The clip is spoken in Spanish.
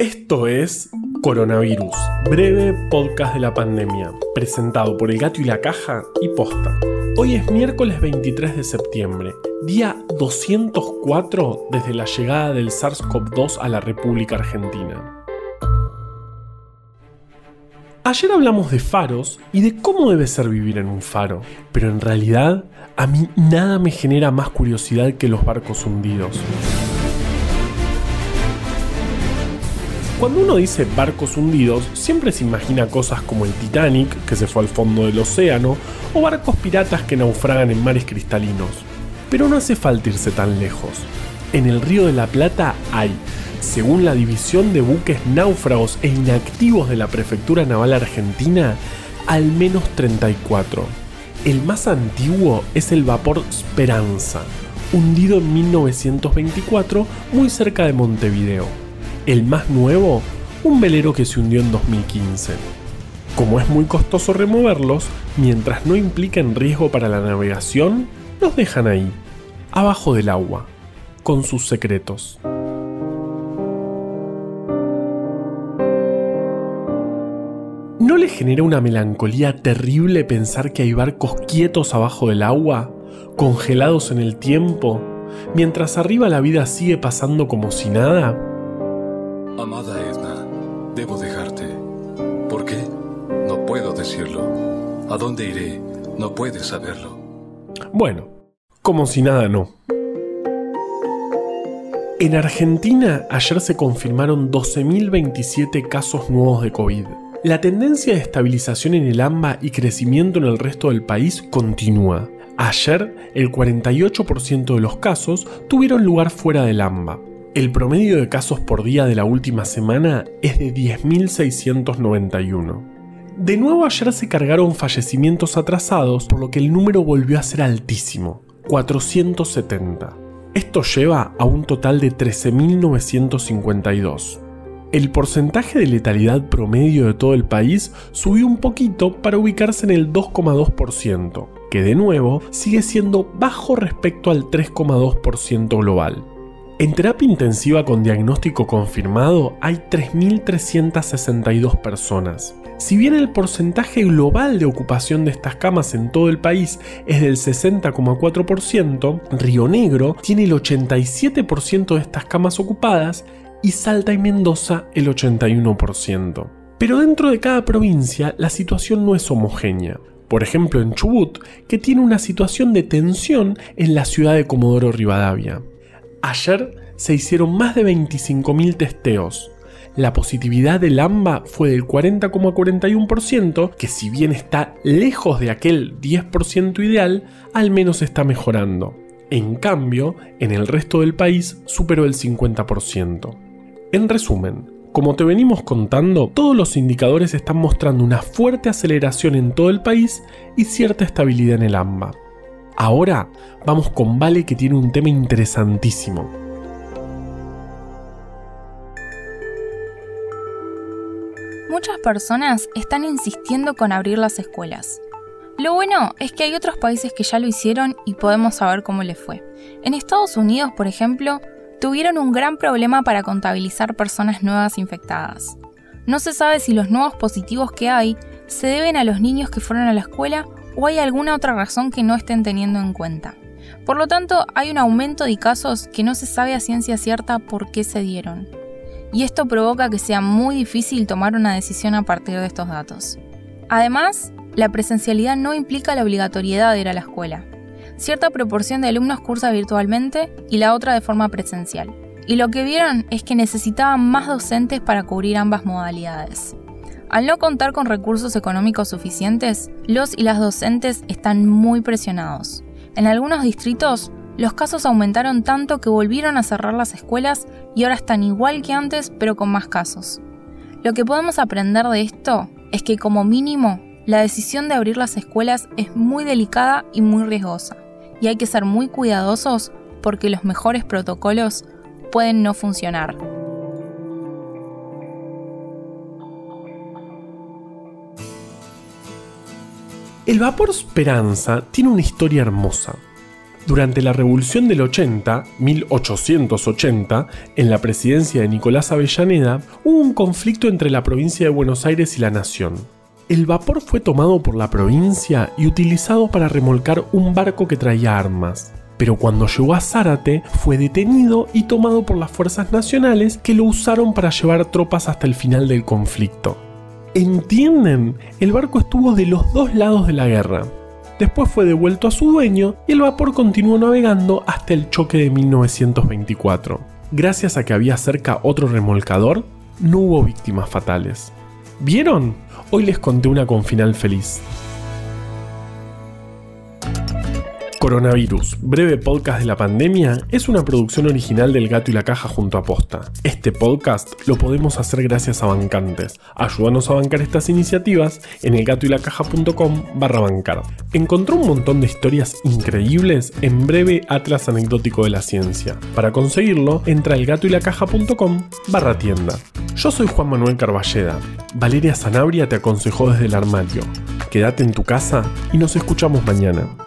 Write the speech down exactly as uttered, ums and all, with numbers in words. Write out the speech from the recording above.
Esto es Coronavirus, breve podcast de la pandemia, presentado por El Gato y la Caja y Posta. Hoy es miércoles veintitrés de septiembre, día doscientos cuatro desde la llegada del SARS-CoV dos a la República Argentina. Ayer hablamos de faros y de cómo debe ser vivir en un faro, pero en realidad a mí nada me genera más curiosidad que los barcos hundidos. Cuando uno dice barcos hundidos, siempre se imagina cosas como el Titanic, que se fue al fondo del océano, o barcos piratas que naufragan en mares cristalinos. Pero no hace falta irse tan lejos. En el Río de la Plata hay, según la División de Buques Náufragos e Inactivos de la Prefectura Naval Argentina, al menos treinta y cuatro. El más antiguo es el vapor Speranza, hundido en mil novecientos veinticuatro muy cerca de Montevideo. El más nuevo, un velero que se hundió en dos mil quince. Como es muy costoso removerlos, mientras no impliquen riesgo para la navegación, los dejan ahí, abajo del agua, con sus secretos. ¿No le genera una melancolía terrible pensar que hay barcos quietos abajo del agua, congelados en el tiempo, mientras arriba la vida sigue pasando como si nada? Amada Edna, debo dejarte. ¿Por qué? No puedo decirlo. ¿A dónde iré? No puedes saberlo. Bueno, como si nada no. En Argentina ayer se confirmaron doce mil veintisiete casos nuevos de COVID. La tendencia de estabilización en el AMBA y crecimiento en el resto del país continúa. Ayer, el cuarenta y ocho por ciento de los casos tuvieron lugar fuera del AMBA. El promedio de casos por día de la última semana es de diez mil seiscientos noventa y uno. De nuevo ayer se cargaron fallecimientos atrasados, por lo que el número volvió a ser altísimo, cuatrocientos setenta. Esto lleva a un total de trece mil novecientos cincuenta y dos. El porcentaje de letalidad promedio de todo el país subió un poquito para ubicarse en el dos coma dos por ciento, que de nuevo sigue siendo bajo respecto al tres coma dos por ciento global. En terapia intensiva con diagnóstico confirmado hay tres mil trescientas sesenta y dos personas. Si bien el porcentaje global de ocupación de estas camas en todo el país es del sesenta coma cuatro por ciento, Río Negro tiene el ochenta y siete por ciento de estas camas ocupadas y Salta y Mendoza el ochenta y uno por ciento. Pero dentro de cada provincia la situación no es homogénea. Por ejemplo en Chubut, que tiene una situación de tensión en la ciudad de Comodoro Rivadavia. Ayer se hicieron más de veinticinco mil testeos. La positividad del AMBA fue del cuarenta coma cuarenta y uno por ciento, que si bien está lejos de aquel diez por ciento ideal, al menos está mejorando. En cambio, en el resto del país superó el cincuenta por ciento. En resumen, como te venimos contando, todos los indicadores están mostrando una fuerte aceleración en todo el país y cierta estabilidad en el AMBA. Ahora vamos con Vale, que tiene un tema interesantísimo. Muchas personas están insistiendo con abrir las escuelas. Lo bueno es que hay otros países que ya lo hicieron y podemos saber cómo les fue. En Estados Unidos, por ejemplo, tuvieron un gran problema para contabilizar personas nuevas infectadas. No se sabe si los nuevos positivos que hay se deben a los niños que fueron a la escuela o hay alguna otra razón que no estén teniendo en cuenta. Por lo tanto, hay un aumento de casos que no se sabe a ciencia cierta por qué se dieron. Y esto provoca que sea muy difícil tomar una decisión a partir de estos datos. Además, la presencialidad no implica la obligatoriedad de ir a la escuela. Cierta proporción de alumnos cursa virtualmente y la otra de forma presencial. Y lo que vieron es que necesitaban más docentes para cubrir ambas modalidades. Al no contar con recursos económicos suficientes, los y las docentes están muy presionados. En algunos distritos, los casos aumentaron tanto que volvieron a cerrar las escuelas y ahora están igual que antes, pero con más casos. Lo que podemos aprender de esto es que, como mínimo, la decisión de abrir las escuelas es muy delicada y muy riesgosa, y hay que ser muy cuidadosos porque los mejores protocolos pueden no funcionar. El vapor Speranza tiene una historia hermosa. Durante la Revolución del ochenta, mil ochocientos ochenta, en la presidencia de Nicolás Avellaneda, hubo un conflicto entre la provincia de Buenos Aires y la Nación. El vapor fue tomado por la provincia y utilizado para remolcar un barco que traía armas. Pero cuando llegó a Zárate, fue detenido y tomado por las fuerzas nacionales que lo usaron para llevar tropas hasta el final del conflicto. ¿Entienden? El barco estuvo de los dos lados de la guerra. Después fue devuelto a su dueño y el vapor continuó navegando hasta el choque de mil novecientos veinticuatro. Gracias a que había cerca otro remolcador, no hubo víctimas fatales. ¿Vieron? Hoy les conté una con final feliz. Coronavirus, breve podcast de la pandemia, es una producción original del Gato y la Caja junto a Posta. Este podcast lo podemos hacer gracias a bancantes. Ayúdanos a bancar estas iniciativas en elgatoylacaja.com barra bancar. Encontró un montón de historias increíbles en breve Atlas Anecdótico de la Ciencia. Para conseguirlo, entra a elgatoylacaja.com barra tienda. Yo soy Juan Manuel Carballeda. Valeria Sanabria te aconsejó desde el armario. Quédate en tu casa y nos escuchamos mañana.